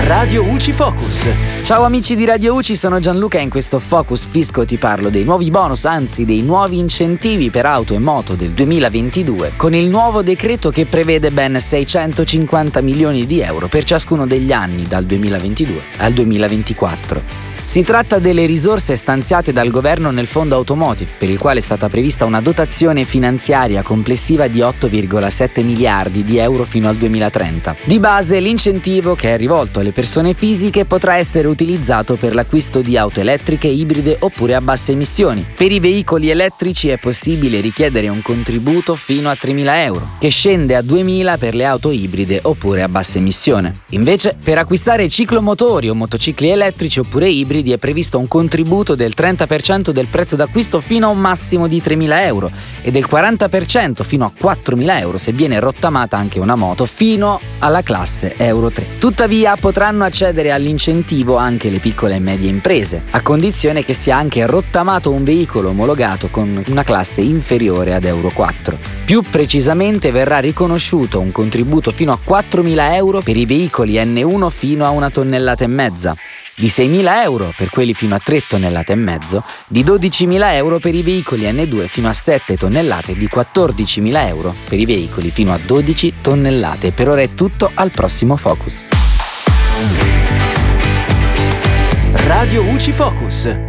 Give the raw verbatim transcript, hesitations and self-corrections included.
Radio U C I Focus. Ciao amici di Radio U C I, sono Gianluca e in questo Focus Fisco ti parlo dei nuovi bonus, anzi dei nuovi incentivi per auto e moto del duemilaventidue, con il nuovo decreto che prevede ben seicentocinquanta milioni di euro per ciascuno degli anni dal duemilaventidue al duemilaventiquattro. Si tratta delle risorse stanziate dal governo nel fondo automotive, per il quale è stata prevista una dotazione finanziaria complessiva di otto virgola sette miliardi di euro fino al duemilatrenta. Di base, l'incentivo, che è rivolto alle persone fisiche, potrà essere utilizzato per l'acquisto di auto elettriche, ibride oppure a basse emissioni. Per i veicoli elettrici è possibile richiedere un contributo fino a tremila euro, che scende a duemila per le auto ibride oppure a bassa emissione. Invece, per acquistare ciclomotori o motocicli elettrici oppure ibridi, è previsto un contributo del trenta per cento del prezzo d'acquisto fino a un massimo di tremila euro e del quaranta per cento fino a quattromila euro se viene rottamata anche una moto fino alla classe Euro tre. Tuttavia potranno accedere all'incentivo anche le piccole e medie imprese, a condizione che sia anche rottamato un veicolo omologato con una classe inferiore ad Euro quattro. Più precisamente verrà riconosciuto un contributo fino a quattromila euro per i veicoli N uno fino a una tonnellata e mezza, di seimila euro per quelli fino a tre tonnellate e mezzo, di dodicimila euro per i veicoli N due fino a sette tonnellate e di quattordicimila euro per i veicoli fino a dodici tonnellate. Per ora è tutto, al prossimo Focus. Radio U C I Focus.